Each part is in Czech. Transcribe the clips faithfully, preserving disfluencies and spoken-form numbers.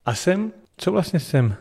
A jsem? Co vlastně jsem?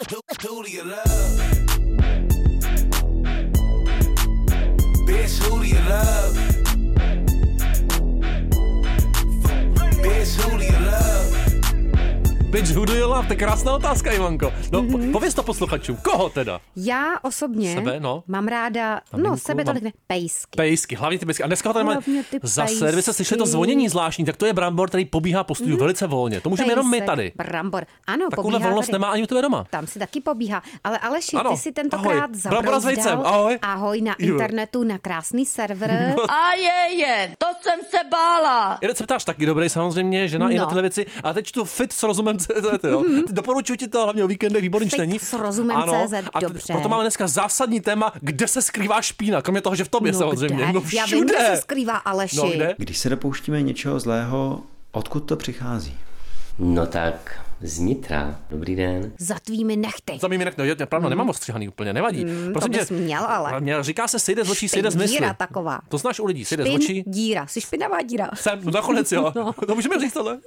Bitch, who do you love? To je krásná otázka, Ivanko. No, mm-hmm. po, pověz to posluchačům. Koho teda? Já osobně sebe, no. mám ráda, Maminku, no sebe tolik mám... ne, pejsky. Pejsky, hlavně ty pejsky. A dneska tady máme zase, kdybyste slyšeli to zvonění zvláštní, tak to je Brambor, který pobíhá po studiu mm-hmm. velice volně. To můžeme jenom my tady. Brambor, ano, takovouhle volnost tady. Nemá ani u tebe doma. Tam si taky pobíhá. Ale Aleši, ano. ty si tentokrát zabrouzdal. Ahoj. Ahoj na internetu, na krásný server. A je, je, to jsem se bála. Je receptář taky dobrý, samozřejmě, žena no. i na televizi. A teď tu fit s rozumem C Z, jo. Doporučuji ti to hlavně o víkendech, výborný čtení. S rozumem C Z, dobře. A proto máme dneska zásadní téma, kde se skrývá špína, kromě toho, že v tobě no samozřejmě. Kde? No všude. Já vím, kde se skrývá, Aleši. No, kde? Když se dopouštíme něčeho zlého, odkud to přichází? No tak znitra. Dobrý den. Za tvými nechty. Za mými nechty, no, pravda, mm. nemám ostříhaný úplně, nevadí. Mm, Prosím to bys tě, měl, ale. Mě říká se sejde z očí, sejde z mysli. Díra taková. To znáš u lidí, sejde Špin, z očí. díra, jsi špinavá díra. Jsem, no nakonec jo. No. To můžeme říct tohle.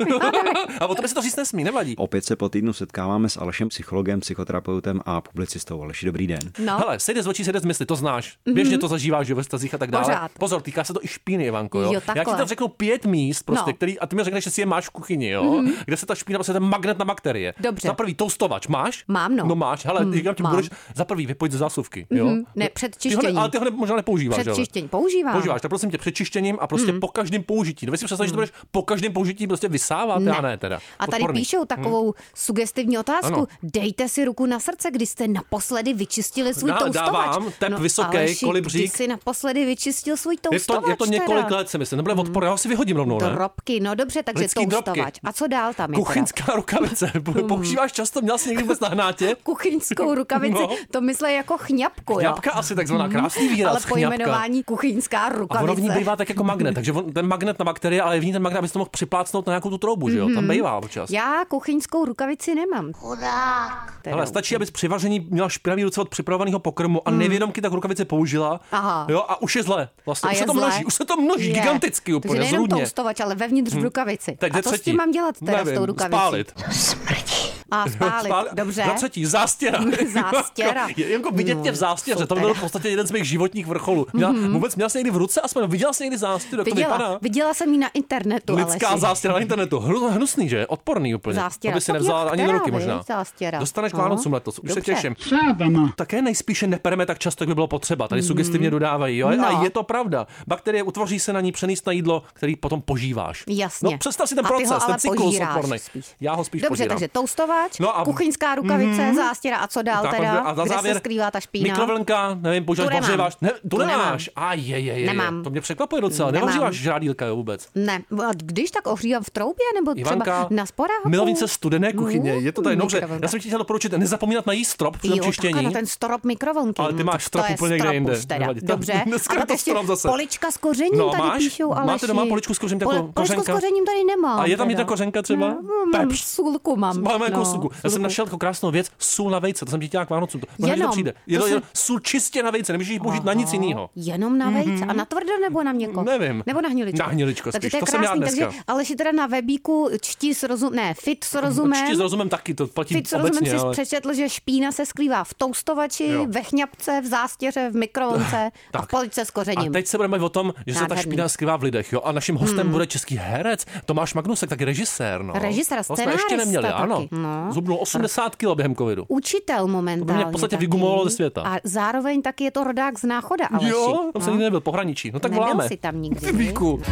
A o tebe se to říct nesmí, nevadí. Opět se po týdnu setkáváme s Alešem, psychologem, psychoterapeutem a publicistou. Aleši, dobrý den. No. Hele, sejde z očí, sejde z mysli, to znáš. Běžně to zažíváš, že ve vztazích a tak dále. Pořád. Pozor, týká se to i špíny, Ivanko, jo. jo Já ti tam řeknu pět míst, prostě, no. který, a ty mi řekneš, že si je máš v kuchyni, jo, mm-hmm. kde se ta špína, prostě ten magnet na bakterie. Dobře. Za prvý toustovač máš? Mám, no. No máš, hele, mm, ty budeš za prvý vypojit ze zásuvky, jo. Mm-hmm. Ne, před čištěním. Ale ty ho ne, možná nepoužíváš, před čištěním. Používám. Používáš, tak prosím tě, před čištěním a prostě mm. po každém použití. No, vy si představíš, že to budeš po každém použití prostě vysávat, ne. já ne teda. A tady Odporný. píšou takovou hmm. sugestivní otázku. Ano. Dejte si ruku na srdce, kdy jste naposledy vyčistili svůj Dá, toustovač. Dávám, tep no, vysoký, Aleši, kolibřík. Kdy jsi naposledy vyčistil svůj toustovač? Je to, je to několik let, si myslím. Nebude odpor, já ho si vyhodím rovnou, ne? Drobky, no dobře, takže Lidský toustovač. drobky. A co dál tam je? Kuchyňská rukavice. Používáš často, měl jsi někdy vůbec na hnátě? Kuchyňskou rukavici, no. To myslí jako chňapku, jo? Chňapka asi takzvaná, krásný výraz. Ale pojmenování kuchyňská rukavice. A ono v ní bývá tak jako magnet, takže on, ten magnet na bakterie, ale je v ní ten magnet, abys to mohl připlácnout na nějakou tu troubu, že jo? Tam bývá občas. Já kuchyňskou rukavici nemám. Chudák. Ale stačí, abys při vaření měla špinavý ruce od připravovaného pokrmu a nevědomky tak rukavici použila. Aha. Jo, a už je zle. Vlastně a už je se to zle. množí, už se to množí je. giganticky úplně, takže nejenom zrůdně. toustovač, ale vevnitř v rukavici. Teď a co třetí. s tím mám dělat teda Nevím, s tou rukavicí? Spálit. To smrdí. A spálit, Spálit. dobře. Za třetí, zástěra. Zástěra. Je, jako vidět tě v zástěře, super. to byl v podstatě jeden z mých životních vrcholů. Měla, mm-hmm. Vůbec měla jsi někdy v ruce, aspoň viděla jsi někdy zástěru, jak to Viděla, vypadá? viděla jsem ji na internetu, Lidská Aleši. zástěra na internetu. Hnu, hnusný, že? Odporný úplně. Zástěra. To by si To nevzala jak ani do která, ruky vy? možná. Zástěra. Dostaneš k No. Vánocům letos, už Dobře. se těším. Sádama. Také nejspíše nepereme tak často, jak by bylo potřeba. Tady sugestivně dodávají, jo? No. A je to pravda. Bakterie utvoří se na ní přenést na jídlo, který potom požíváš. Jasně. No představ si ten A ty ho proces, ale ten cyklus požíráš odporný. spíš. Já ho spíš Dobře, požírám. takže toustovač, No a- kuchyňská rukavice, Mhm. zástěra a co dál Tak, teda? a za Kde závěr, se skrývá ta špína? Mikrovlnka, nevím, používáš, Tu nemám. pohříváš. Ne, tu Tu nemáš. A je, je, je. Nemám. To mě překvapuje docela. Nemám. Neohříváš žrádílka, jo, vůbec. Ne, a když tak ohřívám v troubě, nebo Ivanka, třeba na sporáku. milovnice studené kuchyně. Je to tady dobře. Mikrovlnka. Já jsem ti chtěl doporučit nezapomínat na jí strop při tom Jo, čištění. tak ano, ten strop mikrovlnky. Ale ty máš To strop je úplně někde strop jinde. už teda. Nevadí. Tam Dobře. dneska A je pak to ještě strop zase. polička s kořením No, tady máš? píšou, Aleši. Máte doma poličku s kořením, takovou Poli- Poličku s kořenka? kořením tady nemám. A je tam teda. jedna kořenka třeba? No, mám Pepř. sůlku mám. Máme jako No, sůlku. Já sůlku. jsem našel jako krásnou věc, sůl na vejce, to jsem ti chtěla k Vánocům. To, možná, že Jenom, to přijde. Je to to, jsem- je sůl čistě na vejce, nemůžeš ji použít na nic jiného. Jenom na vejce? A na tvrdo nebo na měko? Nevím. Nebo na hniličko? Na hniličko Takže spíš, to je to jsem já krásný, dneska. takže Aleši teda na webíku čtí s rozum, ne, fit s rozumem. Určitě s rozumem taky, to platí Fit s rozumem obecně, si ale... přečetl, že špína se skrývá v toustovači, Jo. ve chňapce, v zástěře, v mikrovlnce a Tak. v poličce s A kořením. teď se budeme bavit o tom, že se ta Nádherný. špína skrývá v lidech, jo? A naším hostem bude český herec Tomáš Magnusek, taky režisér, no. Režisér, To jsme ještě scenárista neměli, ano. taky, no. Zhubnul osmdesát kilo během covidu. Učitel momentálně. To by mě v podstatě taky. vygumovalo ze světa. A zároveň taky je to rodák z Náchoda, Aleši. Jo, tam jsem no. nikdy nebyl, pohraničí. No tak Nebyl voláme. jsi tam nikdy, Ty víku.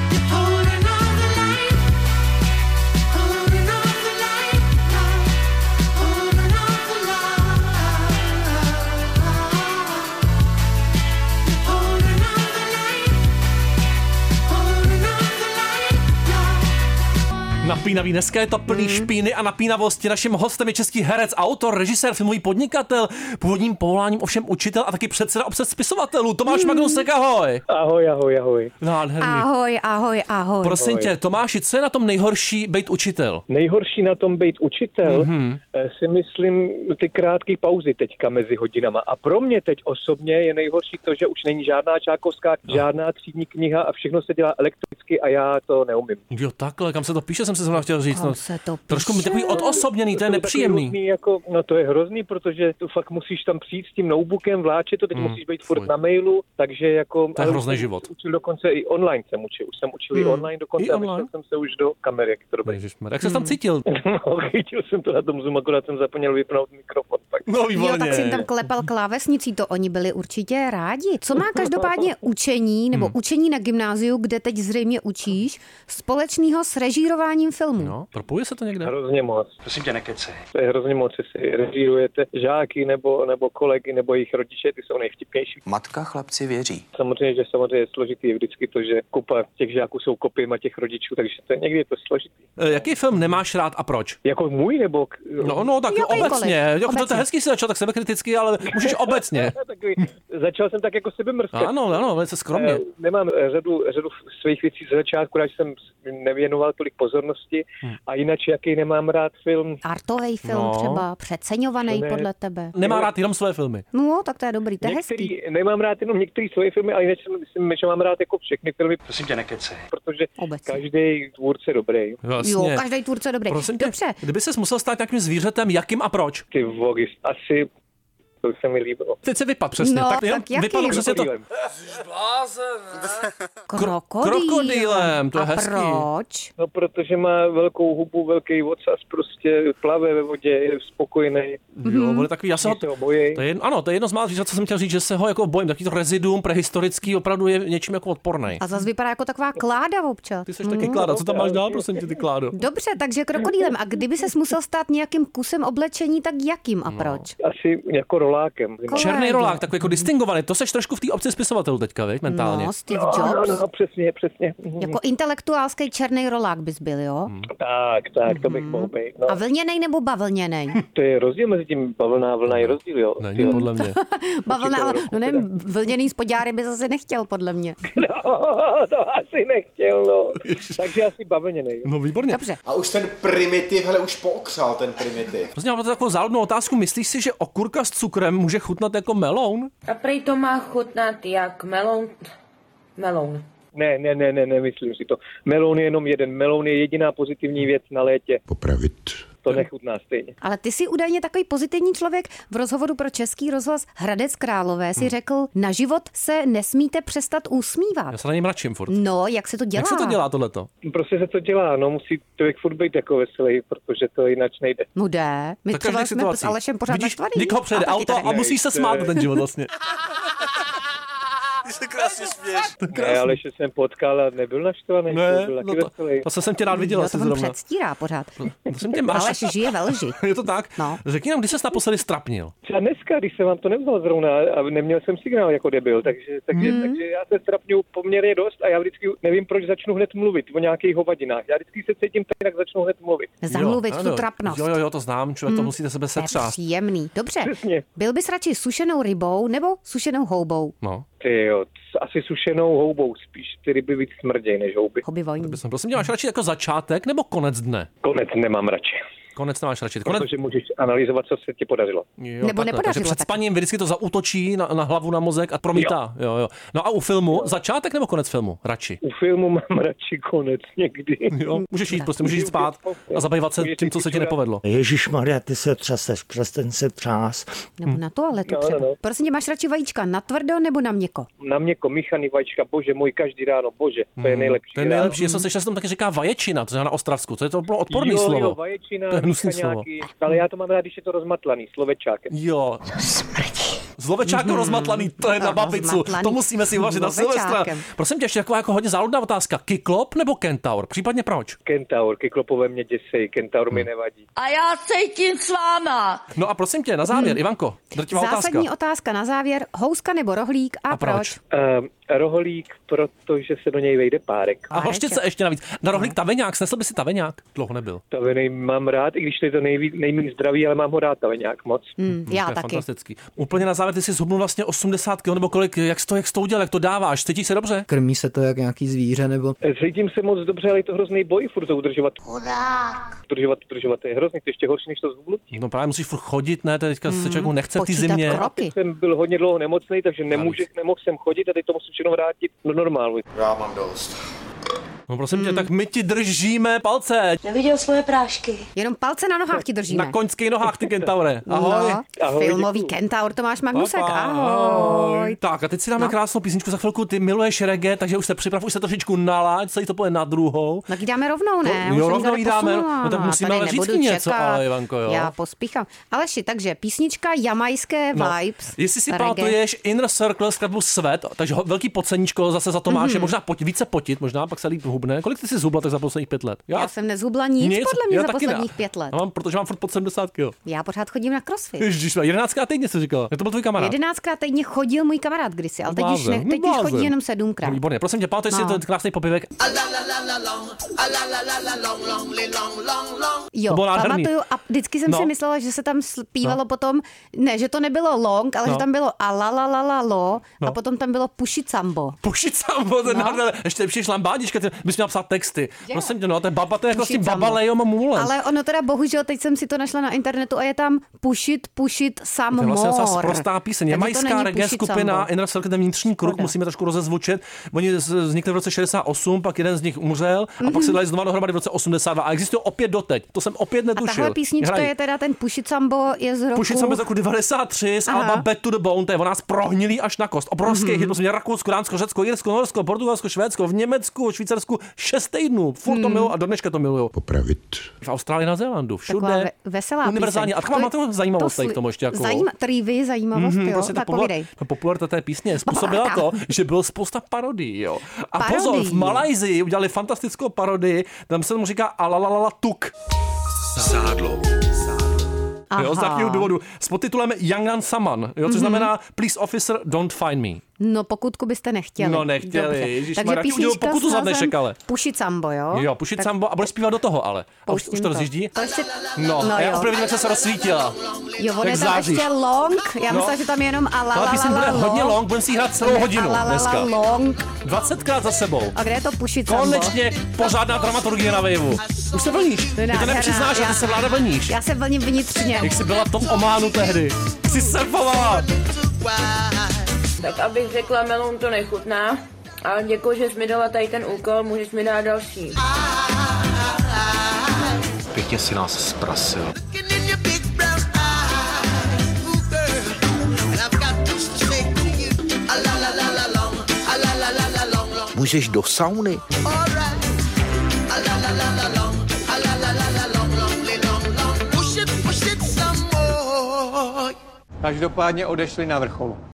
Napínavý, dneska je to plný mm. špíny a napínavosti. Naším hostem je český herec, autor, režisér, filmový podnikatel, původním povoláním ovšem učitel a taky předseda obce spisovatelů. Tomáš mm. Magnusek, ahoj. Ahoj, ahoj, ahoj. Nádherný. Ahoj, ahoj, ahoj. Prosím tě, Tomáši, co je na tom nejhorší být učitel? Nejhorší na tom být učitel, Mhm. eh, si myslím ty krátké pauzy teďka mezi hodinama. A pro mě teď osobně je nejhorší to, že už není žádná čákovská, žádná třídní kniha a všechno se dělá elektronicky a já to neumím. Jo, takhle, kam se to píše, jsem se zrovna chtěl říct. No, trošku mi takový odosobněný, to je nepříjemný. Hrozný, jako, no to je hrozný, protože tu fakt musíš tam přijít s tím notebookem, vláčet to, teď hmm, musíš být furt na mailu, takže jako... To je hrozný život. Učil dokonce i online jsem učil, už jsem učil hmm. i online dokonce, I online? jsem se už do kamery, jak to dobrý. Ježišmar, jak jsi hmm. tam cítil? No, cítil jsem to na tom Zoom, akorát jsem zapomněl vypnout mikrofon. Tak. No výborně. Jo, tak jsem tam klepal klávesnicí, to oni byli určitě rádi. Co má každopádně učení, nebo hmm. učení na gymnáziu, kde teď zřejmě učíš, společného s režírováním filmů? No, propojuje se to někde? Hrozně moc. Prosím tě, nekecej. To je hrozně moc, jestli režírujete žáky nebo, nebo kolegy nebo jejich rodiče, ty jsou nejvtipnější. Matka chlapci věří. Samozřejmě, že samozřejmě je složitý vždycky to, že kupa těch žáků jsou kopiem těch rodičů, takže to je, někdy je to složitý. E, jaký film nemáš rád a proč? Jako můj nebo... K... No, no, tak Jakýkoliv. obecně. Jo, obecně. To je hezký si začal, tak sebekriticky, ale můžeš obecně. Takový, začal jsem tak jako sebemrskat. Ano, ano, velice skromně. E, nemám řadu, řadu svých věcí z začátku, až jsem nevěnoval tolik pozornosti hmm. a jinak jaký nemám rád film. Artovej film no. třeba, přeceňovaný ne. podle tebe. Nemá rád jenom své filmy. No, tak to je dobrý, to je Některý, hezký. nemám rád jenom některé svoje filmy, ale jinak myslím, že mám rád jako všechny filmy. Prosím tě, nekecej. Protože Obecně. každý tvůrce dobrý. Vlastně. Jo, každý tvůrce dobrý. Prosím tě, Dobře. kdyby ses musel stát nějakým zvířetem, jakým a proč? Ty vogy, asi to se mi líbilo. Teď se vypad přesně. No, tak jenom tak jakým? vypadlo přesně to. Krokodýlem. Krokodýlem, to je a hezký. proč? No, protože má velkou hubu, velký ocas, prostě plave ve vodě, je spokojený. Jo, bude takový, já se ho... Se ho bojí. To je, jedno- ano, to je jedno z mála zvířat, co jsem chtěl říct, že se ho jako bojím. Takový to reziduum prehistorický opravdu je něčím jako odporný. A zase vypadá jako taková kláda občas. Ty jsi taky kláda, co tam máš dál, prosím tě, ty kládo? Dobře, takže krokodýlem. A kdyby ses musel stát nějakým kusem oblečení, tak jakým a proč? Asi jako rolákem. Černý rolák, takový jako distingovaný. To seš trošku v té obci spisovatelů teďka, veď, mentálně. No, Steve No, Jobs. no, no, přesně, přesně. Jako intelektuálský černý rolák bys byl, jo? Tak, tak, to bych mohl být. No. A vlněnej nebo bavlněnej? To je rozdíl mezi tím bavlná vlna je rozdíl, jo. Není podle mě. Bavlna, ale no nevím, vlněný spodňáry by zase nechtěl, podle mě. No, to asi nechtěl, no. Takže asi bavlněnej. No výborně. Dobře. A už ten primitiv, hele, už pookřál ten primitiv. Prostě mám takovou záludnou otázku. Myslíš si, že okurka s cukrem může chutnat jako meloun? A prej to má chutnat jak meloun. Meloun. Ne, ne, ne, ne, nemyslím si to. Meloun je jenom jeden. Meloun je jediná pozitivní věc na létě. Popravit. To nechutná stejně. Ale ty jsi údajně takový pozitivní člověk. V rozhovoru pro Český rozhlas Hradec Králové si hmm. řekl, na život se nesmíte přestat usmívat. Já se na něj mračím furt. No, jak se to dělá? Jak se to dělá tohleto? Prostě se to dělá, no musí člověk furt být jako veselý, protože to jinak nejde. No jde. My Tak třeba každých jsme s Alešem pořád Vidíš, naštvaný. někoho přejede A taky auto tady. a musíš se smát na ten život vlastně. Ty se krásně směš. Ne, ale že jsem potkal a nebyl naštvaný. Ne, byl no taky to, veselý. to jsem tě rád viděl Jo, asi to on zrovna. předstírá pořád. To jsem tě máš. Aleš žije ve lži. Je to tak? No. Řekni nám, kdy ses naposledy strapnil. Třeba dneska, když jsem vám to nevzal zrovna a neměl jsem signál jako debil, takže, takže, Hmm. takže já se strapňuji poměrně dost a já vždycky nevím, proč začnu hned mluvit o nějakých hovadinách. Já vždycky se cítím tak, jak začnu hned mluvit. Zamluvit Jo, tu ano. trapnost. Jo, jo, jo, to znám, člověk, to Hmm. musíte sebe To je setřást. příjemný. Dobře. Přesně. Byl bys radši sušenou rybou nebo sušenou houbou? No. Ty jo, asi sušenou houbou spíš. Ty ryby víc smrděj než houby. Hobby vojní. Prosím tě, máš radši jako začátek nebo konec dne? Konec nemám radši. Konec nemáš radši. Konec... Protože můžeš analyzovat, co se ti podařilo. Jo, Nebo takhle. nepodařilo Takže před taky. spaním vždycky to zaútočí na, na hlavu, na mozek a promítá. Jo. Jo, jo. No a u filmu, jo. Začátek nebo konec filmu? Radši. U filmu mám radši konec někdy. Jo, můžeš jít, prostě můžeš jít spát a zabývat se tím, co se ti nepovedlo. Ježišmarja, ty se třeseš, přestaň se třás. Nebo na toaletu No, třeba. no, no. Prosím tě, máš radši vajíčka na tvrdo nebo na měko? Na měko míchaný vajíčka, bože můj, každý ráno, bože, to je nejlepší. To je nejlepší, já jsem se často taky říká vaječina, to je na Ostravsku, to je to bylo odporný jo, slovo. Jo, vaječina, to je hnusný slovo. nějaký, ale já to mám rád, když je to rozmatlaný, slovečákem. Jo. Zlovečákem rozmatlaný, to je na babicu. Rozmatlaný. To musíme si uvařit na Silvestra. Zlovečákem. Prosím tě, ještě taková jako hodně záludná otázka. Kyklop nebo kentaur? Případně proč? Kentaur, kyklopové mě děsej, kentaur mi nevadí. A já cítím s váma. No a prosím tě, na závěr, Ivanko, drtivá Zásadní otázka. otázka na závěr. Houska nebo rohlík a, A proč? Uh, rohlík, protože se do něj vejde párek. A hořčice ještě navíc. Na rohlík taveňák, snesl by si taveňák? Dlouho nebyl. Tavenej mám rád, i když to je to nejví, nejméně zdravý, ale mám ho rád taveňák moc. Hmm, já to je taky. fantastický. Úplně na závěr, ty jsi zhubnul vlastně osmdesát kilogramů nebo kolik, jak jsi to, jak jsi to udělal, jak to dáváš, cítíš se dobře? Krmí se to jak nějaký zvíře, nebo... Cítím se moc dobře, ale je to hrozný boj furt to udržovat. Chudák. Udržovat, udržovat, to je hrozný, to je ještě horší než to zhubnutí. No právě musíš furt chodit, ne, teďka se člověku nechce v té Počítat zimě. kroky. Jsem byl hodně dlouho nemocný, takže nemůžu, nemohl jsem chodit a teď to musím všechno vrátit do normálu. Já mám dost. No prosím tě, tak my ti držíme palce. Neviděl svoje prášky. Jenom palce na nohách ti držíme. Na koňských nohách, ty kentaure. Ahoj. No, Ahoj, filmový děkuju. kentaur Tomáš Magnusek. Papa, Ahoj. Tak a teď si dáme No. krásnou písničku za chvilku. Ty miluješ reggae, takže už se připrav, už se trošičku naláď, celý to půjde na druhou. Tak ji dáme rovnou, ne? No, Už jo, jsem rovnou tady jí dáme. posunula. No tak Já musíme tady ale říct nebudu něco, čekat. ale Ivanko, jo. Já pospíchám. Aleši, takže písnička jamajské No. vibes. Jestli si reggae. pamatuješ Inner Circle skladbu Sweat, takže ho- velký poceníčko zase za Tomáše, Mhm. možná pot, více potit, možná pak se líp hubne. Kolik ty jsi zhubla tak za posledních pět let? Já jsem nezhubla nic, Nic, podle mě já za taky ne. posledních pět let. Já mám, protože mám furt pod sedmdesát kilo. Já pořád chodím na crossfit. Ježiš, jedenáctkrát týdně jsi říkala. To byl tvůj kamarád. Jedenáctkrát týdně chodil můj kamarád kdysi, ale teď už, Blázen, ne, teď no už blázen. chodí jenom sedmkrát. Výborně, prosím tě, pamatuješ si No. ten krásný popivek? Jo, To bylo nádherný. pamatuju a vždycky jsem No. si myslela, že se tam zpívalo potom, ne, že to nebylo long, ale No. že tam bylo a la la la la lo No. a potom tam bylo pušit sambo. Pušit sambo, ten No. nádherný. Ještě lepší šlambádička, ty bys měla psát texty. Prosím tě, no, ten baba, to je jako s tím Pušit baba sambo. Lejom a Mulem. Ale ono teda bohužel, teď jsem si to našla na internetu a je tam pušit, pušit sam To je vlastně docela more. sprostá píseň. Takže to Jamajská není reggae pušit skupina sambo. Inner Circle, ten vnitřní kruh, Škoda. musíme trošku rozezvučit. Oni z- vznikli v roce šedesát osm, pak jeden z nich umřel a Mhm. pak se dali znova dohromady v roce osmdesát dva a existují opět doteď. To jsem opět A netušil. tahle písnička Hrají. je teda ten pušit sambo je z roku... Pušit jsem z roku devadesát tři z Aha. alba Back to the Bone, to je o nás prohnilý až na kost. Obrovský Mhm. hit, prosím mě, Rakousko, Dánsko, Řecko, Jirsko, Norsko, Portugalsko, Švédsko, v Německu, Švýcarsku, šest týdnů. Furt Mhm. to miluju a do dneška to miluju. Popravit. V Austrálii, na Zélandu, Taková všude. ve- veselá Univerzální. píseň. A taková má to zajímavost tady sli- k tomu ještě jako. Zajíma, trivy, zajímavost, Mhm, jo, prostě ta tak popula- povídej. ta popularita té písně způsobila to, že bylo spousta parodií, jo. A Parodií. pozor, v Malajzii udělali fantastickou parodii, tam se tomu říká Alalalala tuk. Sádlo. Jo, z takového důvodu. S podtitulem Yangan Saman, jo, což Mhm. znamená Please officer, don't find me. No pokutku byste nechtěli. No, nechtěli, Dobře. ježišmarja, Takže ti udělal písnička pokutu s za dnešek, názvem ale. Pušit sambo, jo? Jo, pušit Tak sambo a budeš zpívat do toho, ale. A už, pouštím už to rozjíždí? To ještě... No, no a já jo. úplně vidím, jak se rozsvítila. Jo, on Tak je tam záříš. ještě long. Já No. myslela, že tam je jenom a la Ale la píseň la bude la hodně lo. long, budeme si ji hrát celou hodinu A la la dneska. la long. dvacetkrát za sebou. A kde je to pušit sambo? Konečně pořádná dramaturgie na Waveu. Už se vlníš. Ty to nádherná, nepřiznáš, že já- ty se vláda vlníš. Já se vlním vnitřně. Jak jsi byla v tom Ománu tehdy. Jsi surfovala. Tak abych řekla, meloun to nechutná. Ale děkuji, že jsi mi dala tady ten úkol, můžeš mi dát další. Pěkně si nás zprasil. Můžeš do sauny? Každopádně odešli na vrchol.